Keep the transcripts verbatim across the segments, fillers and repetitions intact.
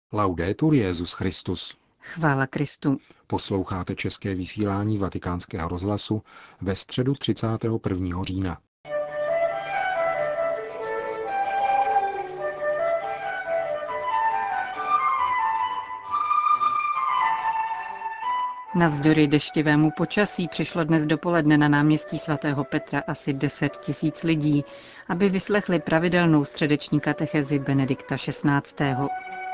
Laudetur Jesus Christus. Chvála Kristu. Posloucháte české vysílání Vatikánského rozhlasu ve středu třicátého prvního října. Navzdory deštivému počasí přišlo dnes dopoledne na náměstí svatého Petra asi deset tisíc lidí, aby vyslechli pravidelnou středeční katechezi Benedikta šestnáctého.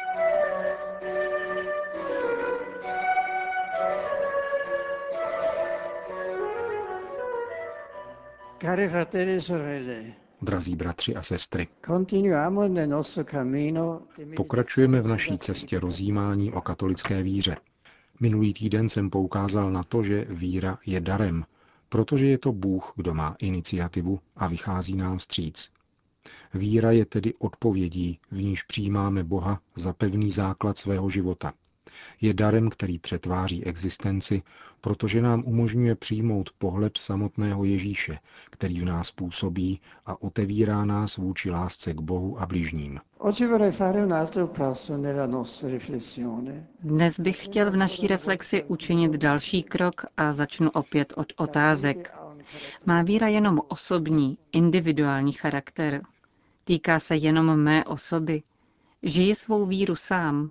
Cari fratelli e sorelle, Drazí bratři a sestry, continuiamo nel nostro cammino di pokračujeme v meditazione naší sulla cestě fede. rozjímání o katolické víře. Minulý týden jsem poukázal na to, že víra je darem, protože je to Bůh, kdo má iniciativu a vychází nám vstříc. Víra je tedy odpovědí, v níž přijímáme Boha za pevný základ svého života. Je darem, který přetváří existenci, protože nám umožňuje přijmout pohled samotného Ježíše, který v nás působí a otevírá nás vůči lásce k Bohu a bližním. Oggi vorrei fare un altro passo nella nostra riflessione. Dnes bych chtěl v naší reflexi učinit další krok a začnu opět od otázek. Má víra jenom osobní, individuální charakter? Týká se jenom mé osoby? Žiji svou víru sám?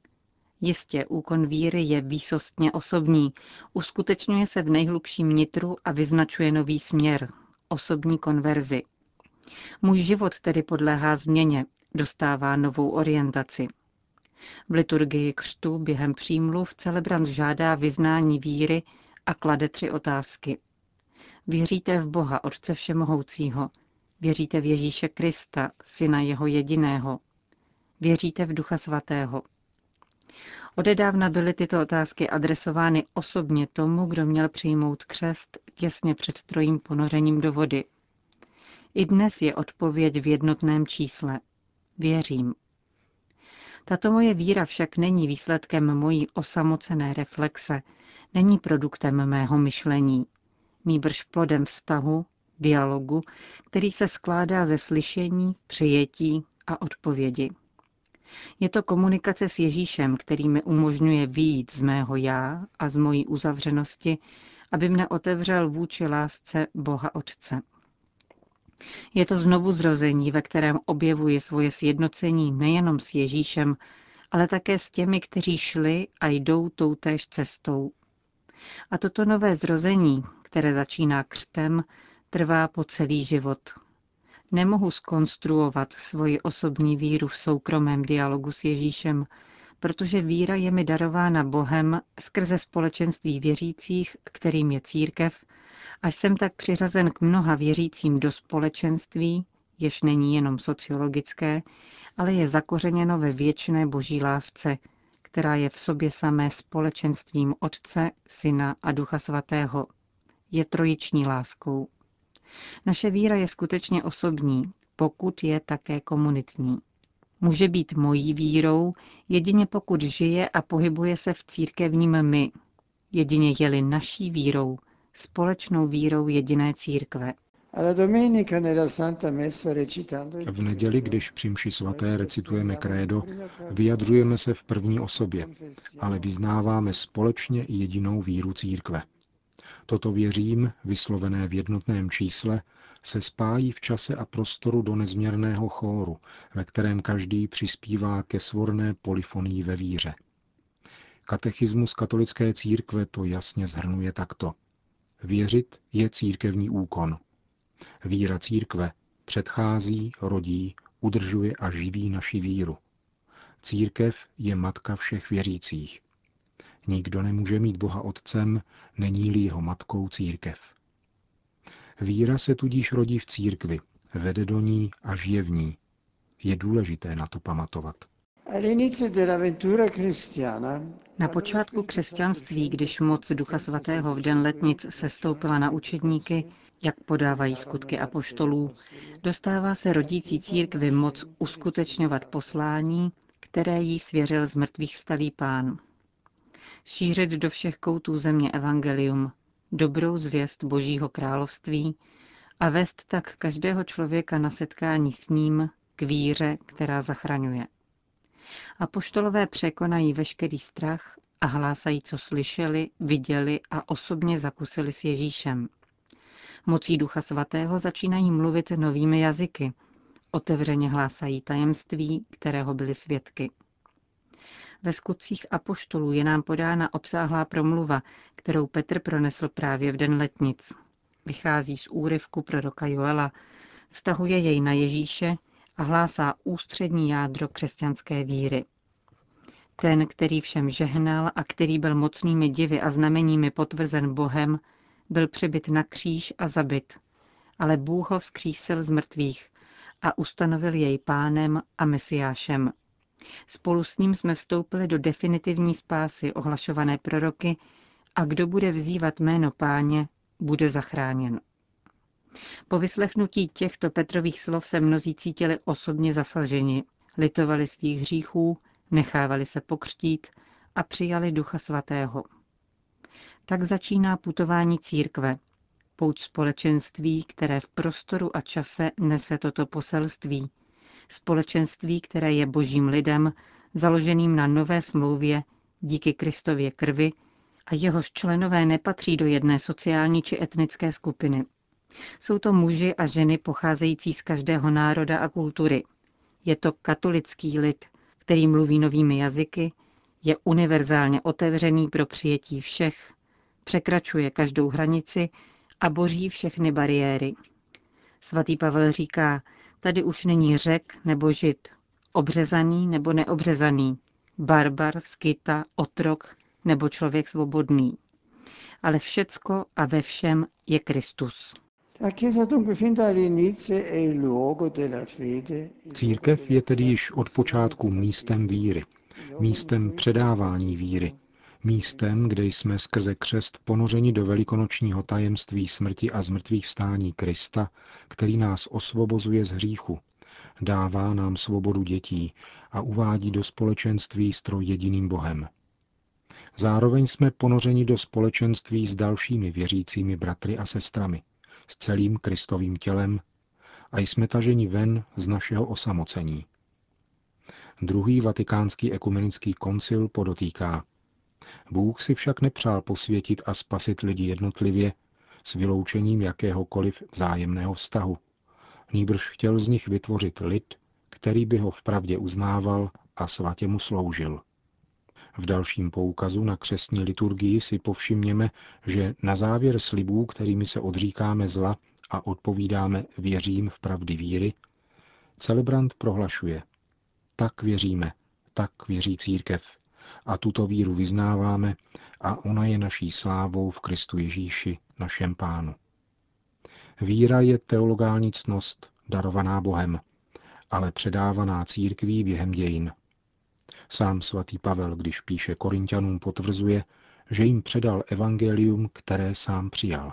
Jistě, úkon víry je výsostně osobní, uskutečňuje se v nejhlubším nitru a vyznačuje nový směr, osobní konverzi. Můj život tedy podléhá změně, dostává novou orientaci. V liturgii křtu během přímluv celebrant žádá vyznání víry a klade tři otázky. Věříte v Boha, Otce Všemohoucího? Věříte v Ježíše Krista, Syna jeho jediného? Věříte v Ducha Svatého? Odedávna byly tyto otázky adresovány osobně tomu, kdo měl přijmout křest těsně před trojím ponořením do vody. I dnes je odpověď v jednotném čísle. Věřím. Tato moje víra však není výsledkem mojí osamocené reflexe, není produktem mého myšlení, nýbrž plodem vztahu, dialogu, který se skládá ze slyšení, přijetí a odpovědi. Je to komunikace s Ježíšem, který mi umožňuje vyjít z mého já a z mojí uzavřenosti, aby mne otevřel vůči lásce Boha Otce. Je to znovuzrození, ve kterém objevuji svoje sjednocení nejenom s Ježíšem, ale také s těmi, kteří šli a jdou toutéž cestou. A toto nové zrození, které začíná křtem, trvá po celý život. Nemohu zkonstruovat svoji osobní víru v soukromém dialogu s Ježíšem, protože víra je mi darována Bohem skrze společenství věřících, kterým je církev, a jsem tak přiřazen k mnoha věřícím do společenství, jež není jenom sociologické, ale je zakořeněno ve věčné boží lásce, která je v sobě samé společenstvím Otce, Syna a Ducha Svatého. Je trojiční láskou. Naše víra je skutečně osobní, pokud je také komunitní. Může být mojí vírou, jedině pokud žije a pohybuje se v církevním my. Jedině je-li naší vírou, společnou vírou jediné církve. V neděli, když při mši svaté recitujeme krédo, vyjadřujeme se v první osobě, ale vyznáváme společně jedinou víru církve. Toto věřím, vyslovené v jednotném čísle, se spájí v čase a prostoru do nezměrného chóru, ve kterém každý přispívá ke svorné polyfonii ve víře. Katechismus katolické církve to jasně shrnuje takto. Věřit je církevní úkon. Víra církve předchází, rodí, udržuje a živí naši víru. Církev je matka všech věřících. Nikdo nemůže mít Boha otcem, není-li jeho matkou církev. Víra se tudíž rodí v církvi, vede do ní a žije v ní. Je důležité na to pamatovat. Na počátku křesťanství, když moc Ducha Svatého v den letnic sestoupila na učedníky, jak podávají skutky apoštolů, dostává se rodící církvi moc uskutečňovat poslání, které jí svěřil z mrtvých vstalý Pán. Šířit do všech koutů země evangelium, dobrou zvěst Božího království a vést tak každého člověka na setkání s ním k víře, která zachraňuje. Apoštolové překonají veškerý strach a hlásají, co slyšeli, viděli a osobně zakusili s Ježíšem. Mocí Ducha Svatého začínají mluvit novými jazyky. Otevřeně hlásají tajemství, kterého byli svědky. Ve skutcích apoštolů je nám podána obsáhlá promluva, kterou Petr pronesl právě v den letnic. Vychází z úryvku proroka Joela, vztahuje jej na Ježíše a hlásá ústřední jádro křesťanské víry. Ten, který všem žehnal a který byl mocnými divy a znameními potvrzen Bohem, byl přibyt na kříž a zabit, ale Bůh ho vzkřísil z mrtvých a ustanovil jej pánem a mesiášem. Spolu s ním jsme vstoupili do definitivní spásy ohlašované proroky a kdo bude vzývat jméno Páně, bude zachráněn. Po vyslechnutí těchto Petrových slov se mnozí cítili osobně zasaženi, litovali svých hříchů, nechávali se pokřtít a přijali Ducha Svatého. Tak začíná putování církve, pouť společenství, které v prostoru a čase nese toto poselství. Společenství, které je božím lidem, založeným na nové smlouvě díky Kristově krvi a jehož členové nepatří do jedné sociální či etnické skupiny. Jsou to muži a ženy pocházející z každého národa a kultury. Je to katolický lid, který mluví novými jazyky, je univerzálně otevřený pro přijetí všech, překračuje každou hranici a boří všechny bariéry. Svatý Pavel říká, tady už není Řek nebo Žid, obřezaný nebo neobřezaný, barbar, skyta, otrok nebo člověk svobodný. Ale všecko a ve všem je Kristus. Církev je tedy již od počátku místem víry, místem předávání víry, místem, kde jsme skrze křest ponořeni do velikonočního tajemství smrti a zmrtvých vstání Krista, který nás osvobozuje z hříchu, dává nám svobodu dětí a uvádí do společenství s trojjediným Bohem. Zároveň jsme ponořeni do společenství s dalšími věřícími bratry a sestrami, s celým Kristovým tělem a jsme taženi ven z našeho osamocení. Druhý vatikánský ekumenický koncil podotýká: Bůh si však nepřál posvětit a spasit lidi jednotlivě s vyloučením jakéhokoliv vzájemného vztahu. Nýbrž chtěl z nich vytvořit lid, který by ho vpravdě uznával a svatě mu sloužil. V dalším poukazu na křestní liturgii si povšimněme, že na závěr slibů, kterými se odříkáme zla a odpovídáme věřím v pravdy víry, celebrant prohlašuje: tak věříme, tak věří církev a tuto víru vyznáváme a ona je naší slávou v Kristu Ježíši, našem Pánu. Víra je teologální ctnost, darovaná Bohem, ale předávaná církví během dějin. Sám svatý Pavel, když píše Korinťanům, potvrzuje, že jim předal evangelium, které sám přijal.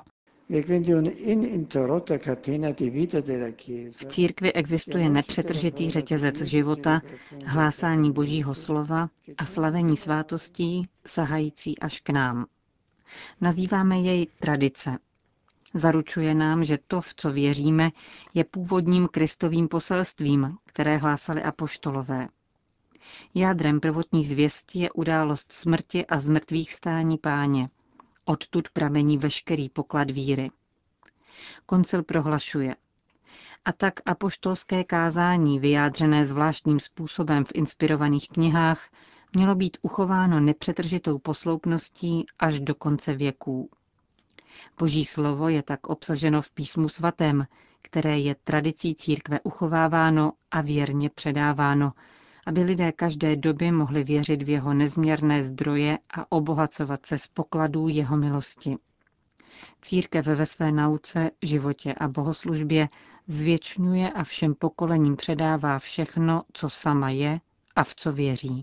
V církvi existuje nepřetržitý řetězec života, hlásání Božího slova a slavení svátostí sahající až k nám. Nazýváme jej tradice. Zaručuje nám, že to, v co věříme, je původním Kristovým poselstvím, které hlásali apoštolové. Jádrem prvotní zvěsti je událost smrti a zmrtvých vstání Páně. Odtud pramení veškerý poklad víry. Koncil prohlašuje: a tak apoštolské kázání, vyjádřené zvláštním způsobem v inspirovaných knihách, mělo být uchováno nepřetržitou posloupností až do konce věků. Boží slovo je tak obsaženo v Písmu svatém, které je tradicí církve uchováváno a věrně předáváno, aby lidé každé doby mohli věřit v jeho nezměrné zdroje a obohacovat se z pokladů jeho milosti. Církev ve své nauce, životě a bohoslužbě zvěčňuje a všem pokolením předává všechno, co sama je a v co věří.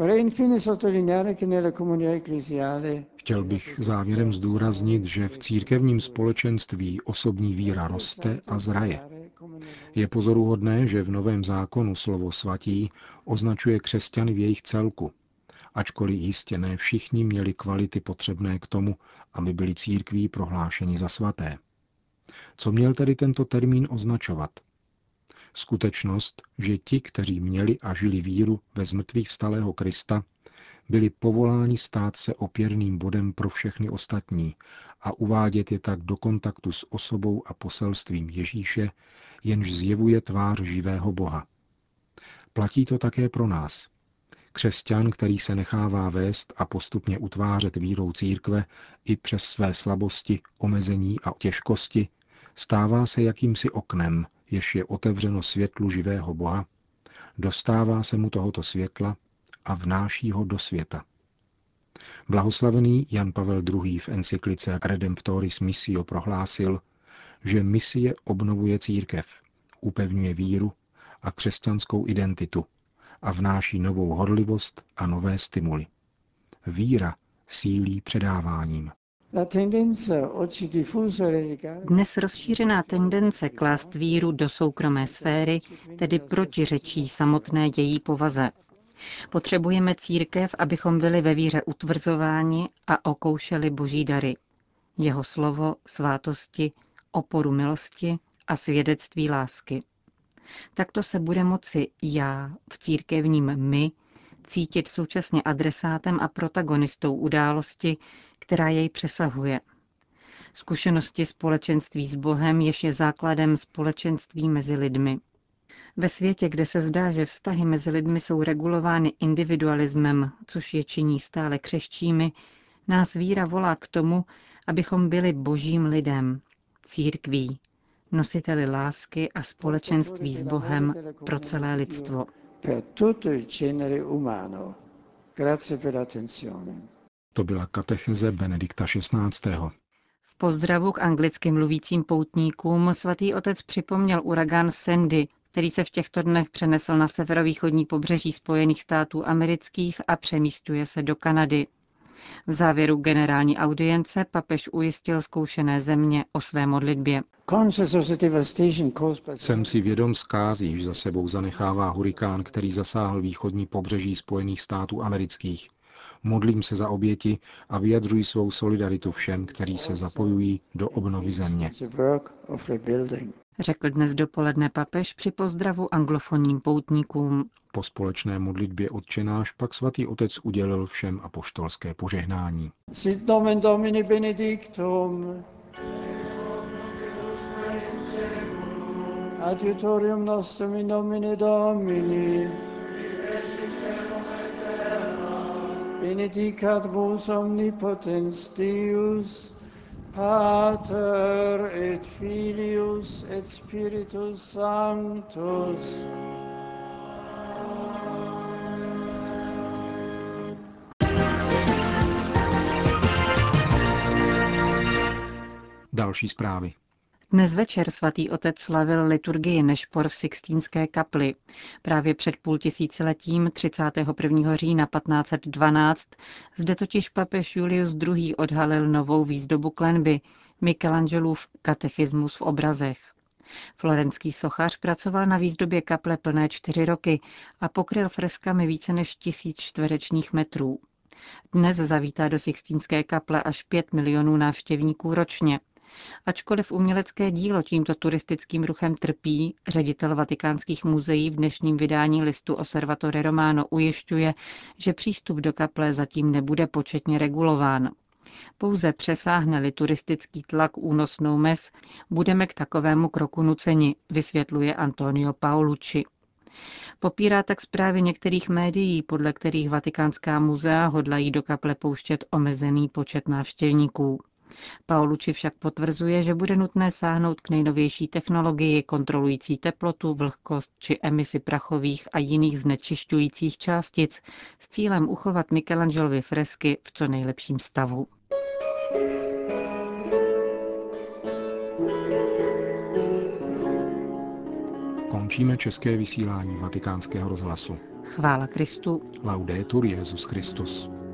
Chtěl bych závěrem zdůraznit, že v církevním společenství osobní víra roste a zraje. Je pozoruhodné, že v Novém zákonu slovo svatí označuje křesťany v jejich celku, ačkoliv jistě ne všichni měli kvality potřebné k tomu, aby byli církví prohlášeni za svaté. Co měl tedy tento termín označovat? Skutečnost, že ti, kteří měli a žili víru ve zmrtvých vstalého Krista, byli povoláni stát se opěrným bodem pro všechny ostatní a uvádět je tak do kontaktu s osobou a poselstvím Ježíše, jenž zjevuje tvář živého Boha. Platí to také pro nás. Křesťan, který se nechává vést a postupně utvářet vírou církve i přes své slabosti, omezení a těžkosti, stává se jakýmsi oknem, jež je otevřeno světlu živého Boha, dostává se mu tohoto světla a vnáší ho do světa. Blahoslavený Jan Pavel druhý. V encyklice Redemptoris Missio prohlásil, že misie obnovuje církev, upevňuje víru a křesťanskou identitu a vnáší novou horlivost a nové stimuly. Víra sílí předáváním. Dnes rozšířená tendence klást víru do soukromé sféry tedy protiřečí samotné její povaze. Potřebujeme církev, abychom byli ve víře utvrzováni a okoušeli boží dary. Jeho slovo, svátosti, oporu milosti a svědectví lásky. Takto se bude moci já v církevním my cítit současně adresátem a protagonistou události, která jej přesahuje. Zkušenosti společenství s Bohem, jež je základem společenství mezi lidmi. Ve světě, kde se zdá, že vztahy mezi lidmi jsou regulovány individualismem, což je činí stále křehčími, nás víra volá k tomu, abychom byli božím lidem, církví, nositeli lásky a společenství s Bohem pro celé lidstvo. To byla katecheze Benedikta šestnáctého. V pozdravu k anglicky mluvícím poutníkům svatý otec připomněl uragán Sandy, který se v těchto dnech přenesl na severovýchodní pobřeží Spojených států amerických a přemístuje se do Kanady. V závěru generální audience papež ujistil zkoušené země o své modlitbě. Jsem si vědom zkázy, již za sebou zanechává hurikán, který zasáhl východní pobřeží Spojených států amerických. Modlím se za oběti a vyjadřuji svou solidaritu všem, kteří se zapojují do obnovy země. Řekl dnes dopoledne papež při pozdravu anglofonním poutníkům. Po společné modlitbě Otčenáš pak svatý otec udělil všem apoštolské požehnání. Sit nomen Domini benedictum. Adiutorium nostrum in nomine Domini. Benedicat vos omnipotens Deus, Pater et Filius et Spiritus Sanctus. Další zprávy. Dnes večer svatý otec slavil liturgii Nešpor v Sixtínské kapli. Právě před půl tisíciletím, třicátého prvního října patnáct set dvanáct, zde totiž papež Julius druhý. Odhalil novou výzdobu klenby, Michelangelův Katechismus v obrazech. Florenský sochař pracoval na výzdobě kaple plné čtyři roky a pokryl freskami více než tisíc čtverečních metrů. Dnes zavítá do Sixtínské kaple až pět milionů návštěvníků ročně. Ačkoliv umělecké dílo tímto turistickým ruchem trpí, ředitel vatikánských muzeí v dnešním vydání listu Osservatore Romano ujišťuje, že přístup do kaple zatím nebude početně regulován. Pouze přesáhne-li turistický tlak únosnou mez, budeme k takovému kroku nuceni, vysvětluje Antonio Paolucci. Popírá tak zprávy některých médií, podle kterých vatikánská muzea hodlají do kaple pouštět omezený počet návštěvníků. Paolucci však potvrzuje, že bude nutné sáhnout k nejnovější technologii kontrolující teplotu, vlhkost či emisi prachových a jiných znečišťujících částic s cílem uchovat Michelangelovy fresky v co nejlepším stavu. Končíme české vysílání Vatikánského rozhlasu. Chvála Kristu. Laudetur Jesus Christus.